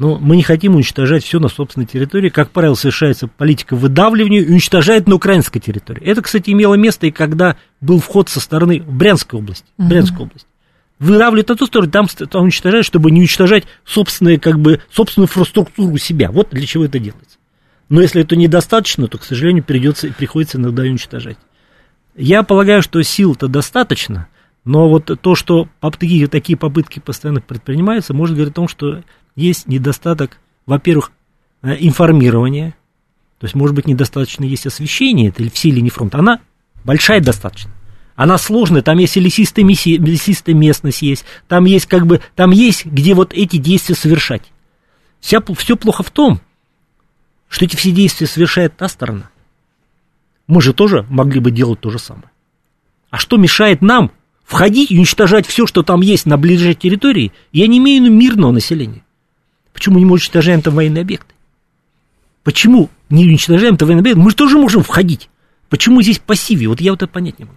Но мы не хотим уничтожать все на собственной территории. Как правило, совершается политика выдавливания и уничтожает на украинской территории. Это, кстати, имело место и когда был вход со стороны Брянской области. Uh-huh. Брянской области. Выдавливают на ту сторону, там, там уничтожают, чтобы не уничтожать собственную, как бы, собственную инфраструктуру себя. Вот для чего это делается. Но если это недостаточно, то, к сожалению, придется, приходится иногда уничтожать. Я полагаю, что сил-то достаточно, но вот то, что такие, такие попытки постоянно предпринимаются, может говорить о том, что есть недостаток, во-первых, информирования, то есть, может быть, недостаточно есть освещения, это или всей линии фронта, она большая достаточно, она сложная, там есть и лесистая, лесистая местность есть, там есть, как бы, там есть, где вот эти действия совершать. Вся, все плохо в том, что эти все действия совершает та сторона. Мы же тоже могли бы делать то же самое. А что мешает нам входить и уничтожать все, что там есть на ближайшей территории? Я не имею в виду мирного населения. Почему мы не уничтожаем там военные объекты? Почему не уничтожаем там военные объекты? Мы же тоже можем входить. Почему здесь пассиве? Вот я вот это понять не могу.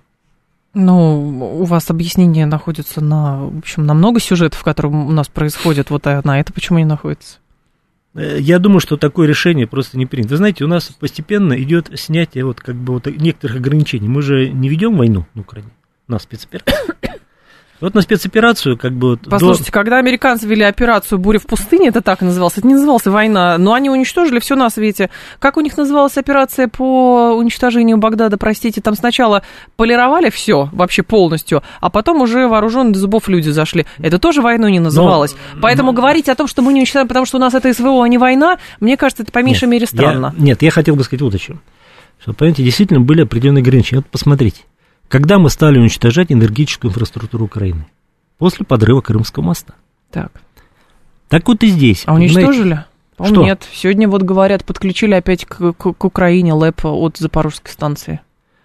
Ну, у вас объяснение находится на, в общем, на много сюжетов, которые у нас происходят, вот а на это почему не находится? Я думаю, что такое решение просто не принято. Вы знаете, у нас постепенно идет снятие вот как бы вот некоторых ограничений. Мы же не ведем войну на Украине, у нас спецоперация. Вот на спецоперацию как бы... Вот Послушайте, до... когда американцы вели операцию «Буря в пустыне», это так называлось, это не называлось война, но они уничтожили все на свете. Как у них называлась операция по уничтожению Багдада, простите, там сначала полировали все вообще полностью, а потом уже вооруженные до зубов люди зашли. Это тоже войной не называлось. Но... Поэтому но... говорить о том, что мы не уничтожаем, потому что у нас это СВО, а не война, мне кажется, это по меньшей нет, мере странно. Я... Нет, я хотел бы сказать вот о чем. Что, понимаете, действительно были определенные ограничения. Вот посмотрите. Когда мы стали уничтожать энергетическую инфраструктуру Украины? После подрыва Крымского моста. Так. Так вот и здесь. А уничтожили? Что? Нет. Сегодня вот говорят, подключили опять к, к, к Украине ЛЭП от Запорожской станции.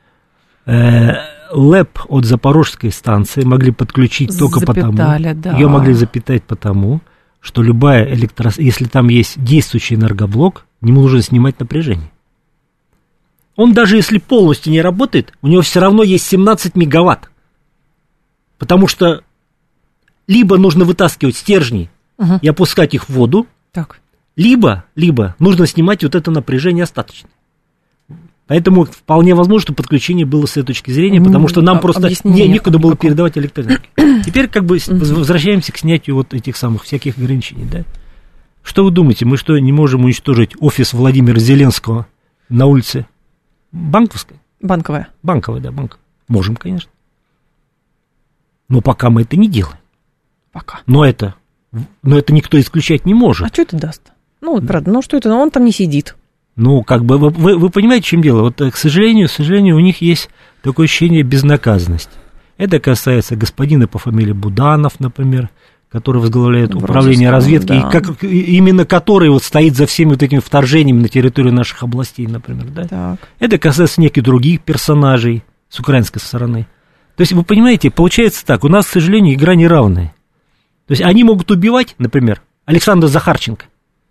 ЛЭП от Запорожской станции могли подключить только Запитали, потому... Да. Ее могли запитать потому, что любая электро... Если там есть действующий энергоблок, не нужно снимать напряжение. Он даже если полностью не работает, у него все равно есть семнадцать мегаватт. Потому что либо нужно вытаскивать стержни угу. и опускать их в воду, так. Либо, либо нужно снимать вот это напряжение остаточное. Поэтому вполне возможно, что подключение было с этой точки зрения, потому что нам просто не, некуда было передавать электроэнергию. Теперь как бы возвращаемся к снятию вот этих самых всяких ограничений. Да? Что вы думаете, мы что, не можем уничтожить офис Владимира Зеленского на улице Банковской? Банковая. Банковая, да, банковая. Можем, конечно. Но пока мы это не делаем. Пока. Но это, но это никто исключать не может. А что это даст? Ну, правда, ну что это? Он там не сидит. Ну, как бы, вы, вы, вы понимаете, в чем дело? Вот, к сожалению, к сожалению, у них есть такое ощущение безнаказанности. Это касается господина по фамилии Буданов, например, который возглавляет ну, управление разведки, да. и как, именно который вот стоит за всеми вот этими вторжениями на территорию наших областей, например, да? Так. Это касается неких других персонажей с украинской стороны. То есть, вы понимаете, получается так, у нас, к сожалению, игра неравная. То есть, они могут убивать, например, Александра Захарченко,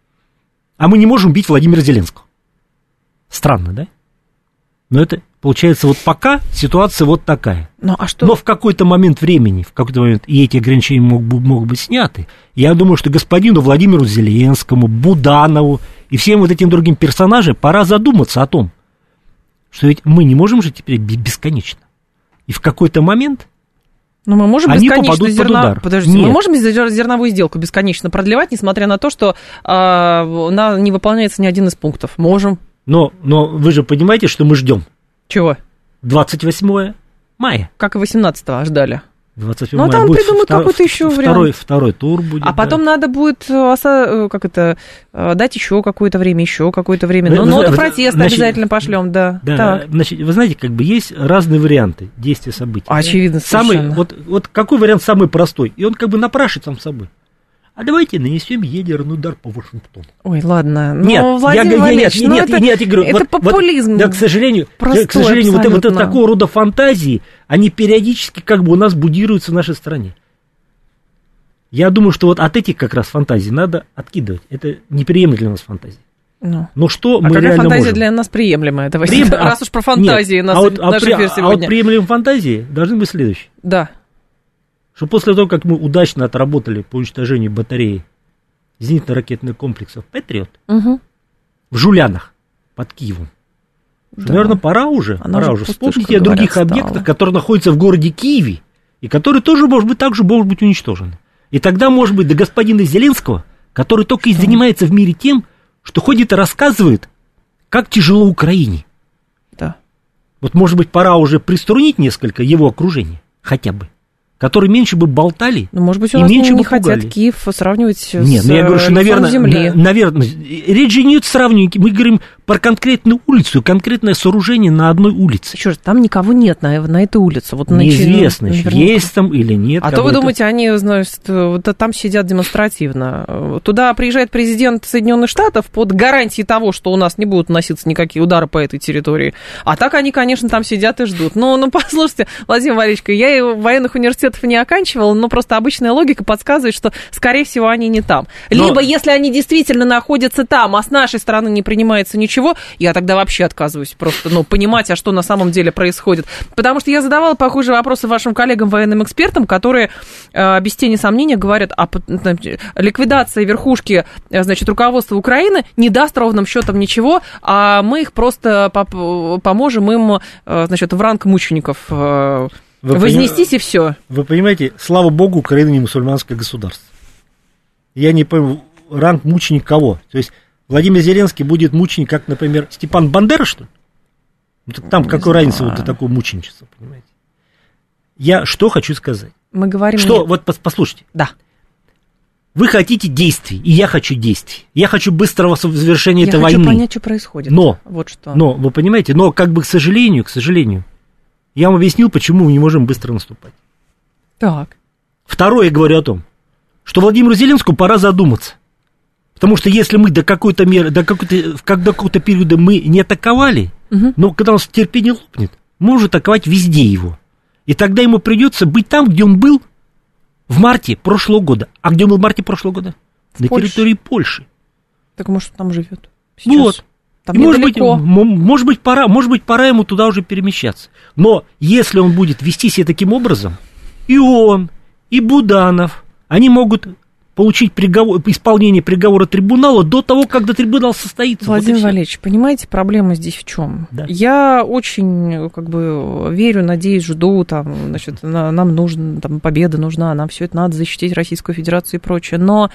а мы не можем убить Владимира Зеленского. Странно, да? Но это, получается, вот пока ситуация вот такая. Ну, а что... Но в какой-то момент времени, в какой-то момент, и эти ограничения могут, могут быть сняты, я думаю, что господину Владимиру Зеленскому, Буданову и всем вот этим другим персонажам пора задуматься о том, что ведь мы не можем жить теперь бесконечно. И в какой-то момент Но мы можем они бесконечно попадут зерна... под удар. Подождите, Нет. мы можем зерновую сделку бесконечно продлевать, несмотря на то, что э, она не выполняется ни один из пунктов? Можем. Но, но вы же понимаете, что мы ждем? Чего? двадцать восьмого мая. Как и восемнадцатого ждали. двадцать восьмого ну, там мая будет придумают втор... какой-то еще второй, вариант. Второй тур будет. А потом да. надо будет как это, дать еще какое-то время, еще какое-то время. Вы, ну, вы, ноты вы, протеста значит, обязательно пошлем, да. да так. Значит, вы знаете, как бы есть разные варианты действия событий. Очевидно, самый, вот, вот какой вариант самый простой? И он как бы напрашивает сам собой. А давайте нанесем ядерный удар по Вашингтону. Ой, ладно. Нет, ну, Владимир я, Валерьевич, нет, ну, нет, это, нет, я говорю, это вот, популизм. Вот, да, к сожалению, Простой, к сожалению вот, вот такого рода фантазии, они периодически как бы у нас будируются в нашей стране. Я думаю, что вот от этих как раз фантазий надо откидывать. Это неприемлемо для нас фантазии. Ну. Но что а мы какая реально фантазия можем? для нас приемлемая? Давайте, Прием... раз уж про фантазии Нет, нас, а вот, наш а эфир сегодня. А вот приемлемые фантазии должны быть следующие. Да. Что после того, как мы удачно отработали по уничтожению батареи зенитно-ракетных комплексов «Патриот» угу. в Жулянах под Киевом. Да. Наверное, пора уже, Она пора уже уже вспомнить о говорят, других стала. объектах, которые находятся в городе Киеве, и которые тоже, может быть, также могут быть уничтожены. И тогда, может быть, до господина Зеленского, который только что? и занимается в мире тем, что ходит и рассказывает, как тяжело Украине. Да. Вот, может быть, пора уже приструнить несколько его окружения, хотя бы, которые меньше бы болтали. Ну, может быть, у и нас меньше не бы хотят пугали. Киев сравнивать Нет, с ну я говорю, что, наверное, земли. на, наверное, речь же не идет сравнивать. Мы говорим про конкретную улицу, конкретное сооружение на одной улице. Еще раз, там никого нет на, на этой улице. Вот неизвестно, наверняка. есть там или нет. А то вы думаете, они, значит, вот там сидят демонстративно. Туда приезжает президент Соединенных Штатов под гарантией того, что у нас не будут наноситься никакие удары по этой территории. А так они, конечно, там сидят и ждут. Ну, ну послушайте, Владимир Валерьевич, я и военных университетов не оканчивала, но просто обычная логика подсказывает, что, скорее всего, они не там. Либо, но... если они действительно находятся там, а с нашей стороны не принимается ничего, я тогда вообще отказываюсь просто, ну, понимать, а что на самом деле происходит. Потому что я задавала похожие вопросы вашим коллегам, военным экспертам, которые э, без тени сомнения говорят, о ликвидации верхушки, значит, руководства Украины не даст ровным счетом ничего, а мы их просто поп- поможем им, э, значит, в ранг мучеников э, Вы вознестись, поним... и все. Вы понимаете, слава богу, Украина не мусульманское государство. Я не понимаю, ранг мученик кого? То есть Владимир Зеленский будет мученик, как, например, Степан Бандера, что ли? Ну, так там не какая разница вот до такого мученичества, понимаете? Я что хочу сказать? Мы говорим... Что, нет. вот послушайте. Да. Вы хотите действий, и я хочу действий. Я хочу быстрого завершения я этой войны. Я хочу понять, что происходит. Но, вот что. но, вы понимаете, но как бы, к сожалению, к сожалению, я вам объяснил, почему мы не можем быстро наступать. Так. Второе, я говорю о том, что Владимиру Зеленскому пора задуматься. Потому что если мы до какой-то меры, до какой-то, как до какого-то периода мы не атаковали, угу. но когда у нас терпение лопнет, мы можем атаковать везде его. И тогда ему придется быть там, где он был в марте прошлого года. А где он был в марте прошлого года? В На Польше. территории Польши. Так может, там живет сейчас? Вот. Там может, быть, может, быть, пора, может быть, пора ему туда уже перемещаться. Но если он будет вести себя таким образом, и он, и Буданов, они могут получить приговор, исполнение приговора трибунала до того, когда трибунал состоится. Владимир вот Валерьевич, понимаете, проблема здесь в чем? Да. Я очень, как бы, верю, надеюсь, жду, там, значит, нам нужна, там, победа нужна, нам все это надо защитить Российскую Федерацию и прочее. Но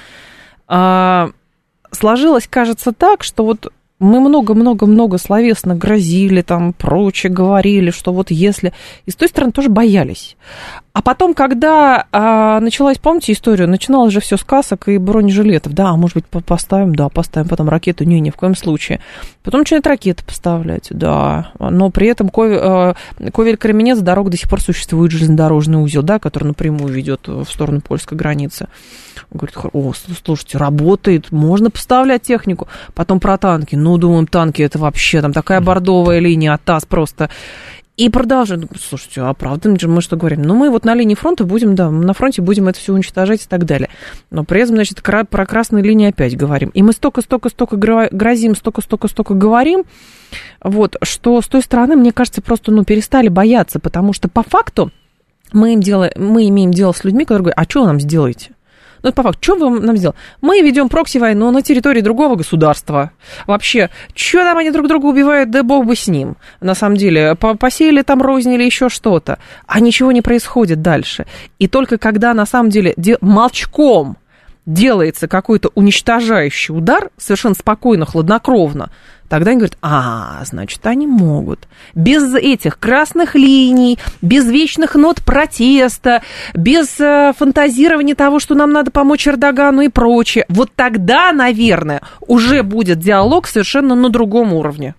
а, сложилось, кажется, так, что вот мы много-много-много словесно грозили, там, прочее, говорили, что вот если... И с той стороны тоже боялись. А потом, когда а, началась, помните историю, начиналось же все с касок и бронежилетов. Да, а может быть, поставим, да, поставим потом ракету. Не, ни в коем случае. Потом начинают ракеты поставлять, да. Но при этом Ковель-Кременец, дорога до сих пор существует, железнодорожный узел, да, который напрямую ведет в сторону польской границы. Говорит, о, слушайте, работает, можно поставлять технику. Потом про танки. Ну, думаем, танки, это вообще там такая бордовая линия, ТАСС просто... И продолжим. Слушайте, а правда, мы что говорим? Ну, мы вот на линии фронта будем, да, на фронте будем это все уничтожать и так далее. Но при этом, значит, про красные линии опять говорим. И мы столько-столько-столько грозим, столько-столько-столько говорим, вот, что с той стороны, мне кажется, просто, ну, перестали бояться, потому что по факту мы, им делаем, мы имеем дело с людьми, которые говорят, а что вы нам сделаете? Ну, по факту, что вы нам сделали? Мы ведем прокси-войну на территории другого государства. Вообще, что там они друг друга убивают, да бог бы с ним. На самом деле, посеяли там рознь или еще что-то. А ничего не происходит дальше. И только когда, на самом деле, де- молчком делается какой-то уничтожающий удар, совершенно спокойно, хладнокровно, тогда они говорят, а, значит, они могут. Без этих красных линий, без вечных нот протеста, без э, фантазирования того, что нам надо помочь Эрдогану и прочее. Вот тогда, наверное, уже будет диалог совершенно на другом уровне.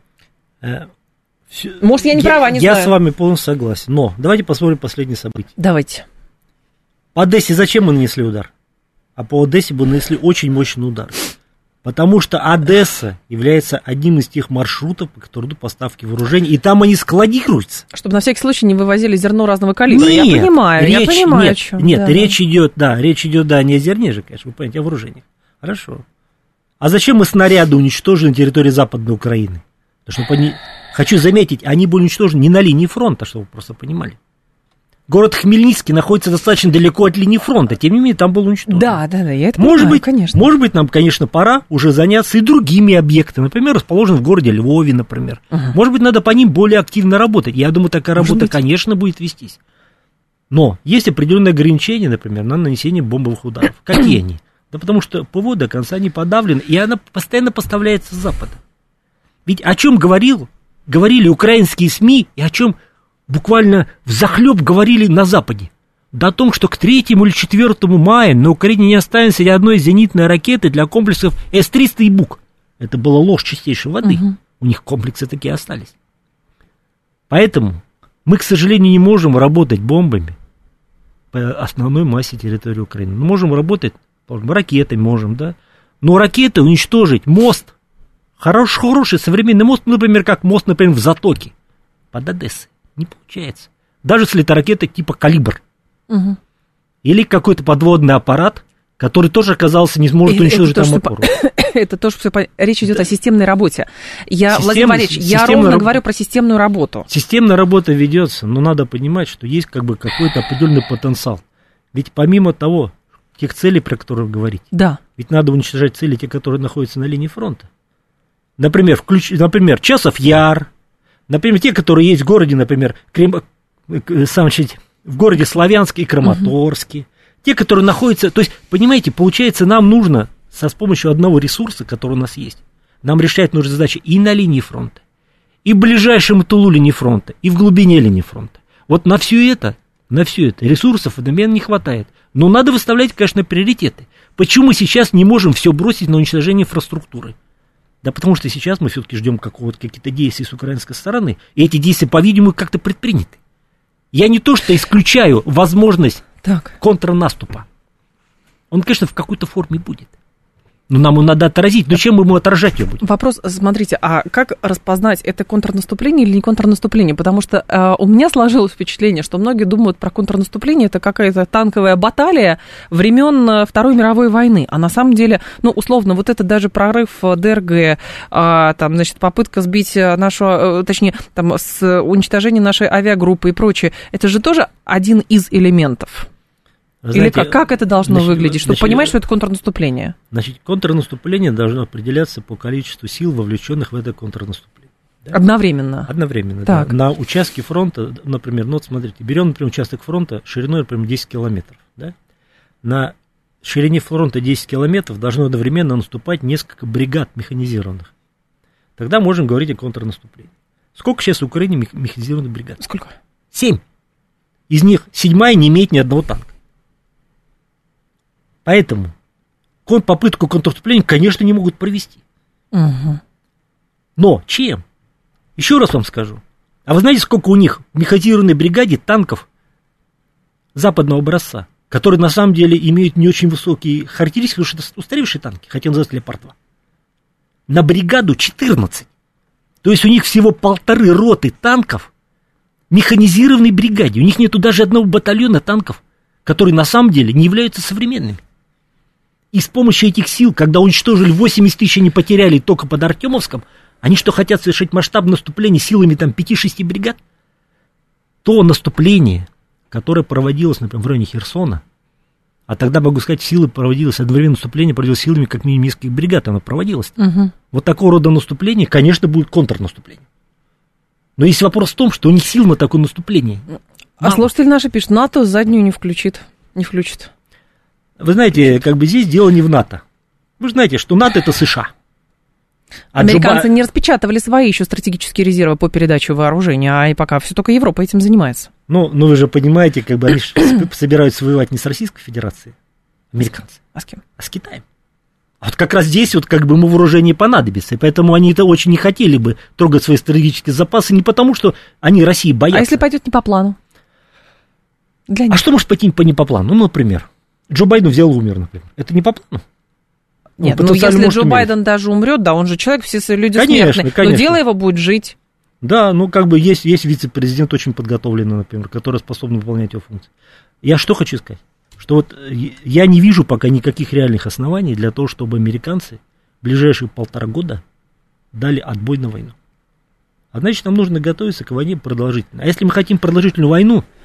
Может, я не я, права, не я знаю. Я с вами полностью согласен. Но давайте посмотрим последние события. Давайте. По Одессе зачем мы нанесли удар? А по Одессе бы нанесли очень мощный удар. Потому что Одесса является одним из тех маршрутов, по которым идут поставки вооружений, и там они складируются. Чтобы на всякий случай не вывозили зерно разного калибра. Нет, я понимаю, речь, я понимаю, нет, о чем. Нет, да. речь идет, да, речь идет, да, не о зерне же, конечно, вы понимаете, а о вооружениях. Хорошо. А зачем мы снаряды уничтожили на территории Западной Украины? Потому что, они, хочу заметить, они были уничтожены не на линии фронта, чтобы вы просто понимали. Город Хмельницкий находится достаточно далеко от линии фронта, тем не менее, там был уничтожен. Да, да, да, я это может понимаю, быть, конечно. Может быть, нам, конечно, пора уже заняться и другими объектами, например, расположенными в городе Львове, например. Угу. Может быть, надо по ним более активно работать. Я думаю, такая может работа, быть. конечно, будет вестись. Но есть определенные ограничения, например, на нанесение бомбовых ударов. Какие они? Да потому что ПВО до конца не подавлено, и она постоянно поставляется с Запада. Ведь о чем говорил, говорили украинские СМИ, и о чем буквально взахлеб говорили на Западе? Да о том, что к третьему или четвёртому мая на Украине не останется ни одной зенитной ракеты для комплексов эс триста и БУК. Это была ложь чистейшей воды. Угу. У них комплексы такие остались. Поэтому мы, к сожалению, не можем работать бомбами по основной массе территории Украины. Мы можем работать ракетами, можем, да. Но ракеты уничтожить мост, хороший, хороший современный мост, например, как мост, например, в Затоке под Одессой, не получается. Даже если это ракета типа «Калибр». Угу. Или какой-то подводный аппарат, который тоже оказался не сможет уничтожить там опору. Это тоже все понятно. Речь идет да. о системной работе. Я, Систем, Владимир Валерьевич, я ровно раб... говорю про системную работу. Системная работа ведется, но надо понимать, что есть как бы какой-то определенный потенциал. Ведь помимо того, тех целей, про которые вы говорите, да. ведь надо уничтожать цели, те, которые находятся на линии фронта. Например, включ... например Часов Яр, например, те, которые есть в городе, например, Крем... сам чуть... в городе Славянске и Краматорске, угу. те, которые находятся, то есть, понимаете, получается, нам нужно со, с помощью одного ресурса, который у нас есть, нам решать нужны задачи и на линии фронта, и в ближайшем тылу линии фронта, и в глубине линии фронта. Вот на все это, на все это ресурсов одновременно не хватает. Но надо выставлять, конечно, приоритеты. Почему мы сейчас не можем все бросить на уничтожение инфраструктуры? Да потому что сейчас мы все-таки ждем какого-то, какие-то действия с украинской стороны, и эти действия, по-видимому, как-то предприняты. Я не то что исключаю возможность так. контрнаступа. Он, конечно, в какой-то форме будет. Но нам его надо отразить. Но чем мы ему отражать его будем? Вопрос, смотрите, а как распознать, это контрнаступление или не контрнаступление? Потому что э, у меня сложилось впечатление, что многие думают про контрнаступление, это какая-то танковая баталия времен Второй мировой войны. А на самом деле, ну, условно, вот это даже прорыв ДРГ, э, там, значит, попытка сбить нашу, э, точнее, там, с уничтожение нашей авиагруппы и прочее, это же тоже один из элементов. Знаете, или как, как это должно значит, выглядеть, чтобы значит, понимать, что это контрнаступление? Значит, контрнаступление должно определяться по количеству сил, вовлеченных в это контрнаступление. Да? Одновременно? Одновременно, так. да. На участке фронта, например, ну вот смотрите, берем, например, участок фронта шириной, например, десять километров. Да? На ширине фронта десять километров должно одновременно наступать несколько бригад механизированных. Тогда можем говорить о контрнаступлении. Сколько сейчас в Украине механизированных бригад? Сколько? Семь. Из них седьмая не имеет ни одного танка. Поэтому попытку контрнаступления, конечно, не могут провести. Угу. Но чем? Еще раз вам скажу. А вы знаете, сколько у них в механизированной бригаде танков западного образца, которые на самом деле имеют не очень высокие характеристики, потому что это устаревшие танки, хотя называется Леопард-два. На бригаду четырнадцать. То есть у них всего полторы роты танков в механизированной бригаде. У них нету даже одного батальона танков, которые на самом деле не являются современными. И с помощью этих сил, когда уничтожили восемьдесят тысяч, они потеряли только под Артемовском, они что, хотят совершить масштабное наступление силами там пяти-шести бригад? То наступление, которое проводилось, например, в районе Херсона, а тогда, могу сказать, силы проводилось, одновременное наступление проводилось силами как минимум нескольких бригад, оно проводилось. Угу. Вот такого рода наступление, конечно, будет контрнаступление. Но есть вопрос в том, что у них сил на такое наступление. А слушатель наши пишет, НАТО заднюю не включит, не включит. Вы знаете, как бы здесь дело не в НАТО. Вы же знаете, что НАТО это США. А Американцы Джо... не распечатывали свои еще стратегические резервы по передаче вооружения, а и пока все только Европа этим занимается. Ну, ну вы же понимаете, как бы они собираются воевать не с Российской Федерацией, американцы. А с кем? А с Китаем. А вот как раз здесь вот как бы ему вооружение понадобится, и поэтому они это очень не хотели бы трогать свои стратегические запасы, не потому что они России боятся. А если пойдет не по плану? Для них. А что может пойти по не по плану? Ну, например, Джо Байден взял и умер, например. Это не по плану? Нет, ну если Джо Байден даже умрет, да, он же человек, все люди конечно, смертные, конечно. но дело его будет жить. Да, ну как бы есть, есть вице-президент очень подготовленный, например, который способен выполнять его функции. Я что хочу сказать? Что вот я не вижу пока никаких реальных оснований для того, чтобы американцы в ближайшие полтора года дали отбой на войну. А значит, нам нужно готовиться к войне продолжительно. А если мы хотим продолжительную войну,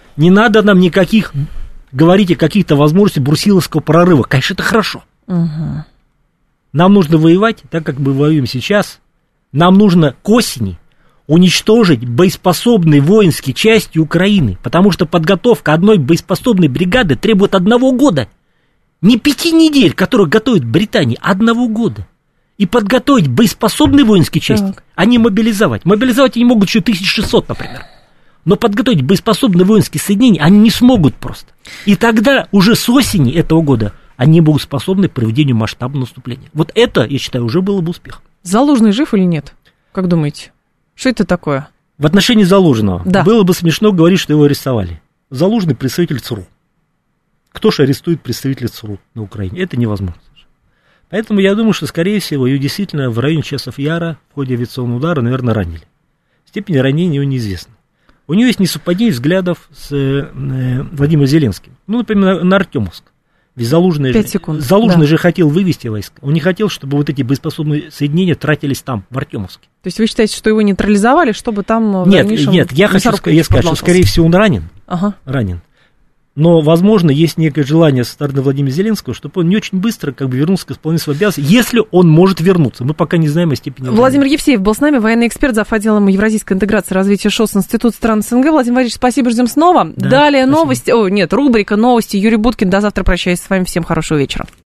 Не надо нам никаких, говорить о каких-то возможностях брусиловского прорыва. Конечно, это хорошо. Угу. Нам нужно воевать, так как мы воюем сейчас. Нам нужно к осени уничтожить боеспособные воинские части Украины, потому что подготовка одной боеспособной бригады требует одного года. Не пяти недель, которых готовит Британия, а одного года. И подготовить боеспособные воинские части, так. а не мобилизовать. Мобилизовать они могут еще тысяча шестьсот, например. Но подготовить боеспособные воинские соединения они не смогут просто. И тогда уже с осени этого года они будут способны к проведению масштабного наступления. Вот это, я считаю, уже было бы успехом. Залужный жив или нет? Как думаете? Что это такое? В отношении Залужного да. было бы смешно говорить, что его арестовали. Залужный представитель ЦРУ. Кто же арестует представителя ЦРУ на Украине? Это невозможно. Поэтому я думаю, что, скорее всего, ее действительно в районе Часов Яра в ходе авиационного удара, наверное, ранили. Степень ранения его неизвестна. У нее есть несовпадение взглядов с э, Владимиром Зеленским. Ну, например, на Артемовск. Ведь Залужный, же, Залужный да. же хотел вывести войска. Он не хотел, чтобы вот эти боеспособные соединения тратились там, в Артемовске. То есть вы считаете, что его нейтрализовали, чтобы там... Нет, нет, я хочу я сказать, что, скорее всего, он ранен. Ага. Ранен. Но, возможно, есть некое желание со стороны Владимира Зеленского, чтобы он не очень быстро как бы вернулся к исполнению своих обязанностей, если он может вернуться. Мы пока не знаем о степени... Владимир Евсеев был с нами, военный эксперт, зав. Отделом евразийской интеграции и развития ШОС Институт стран СНГ. Владимир Владимирович, спасибо, ждем снова. Да, Далее спасибо. Новости, о, нет, рубрика «Новости». Юрий Буткин, до завтра, прощаюсь с вами, всем хорошего вечера.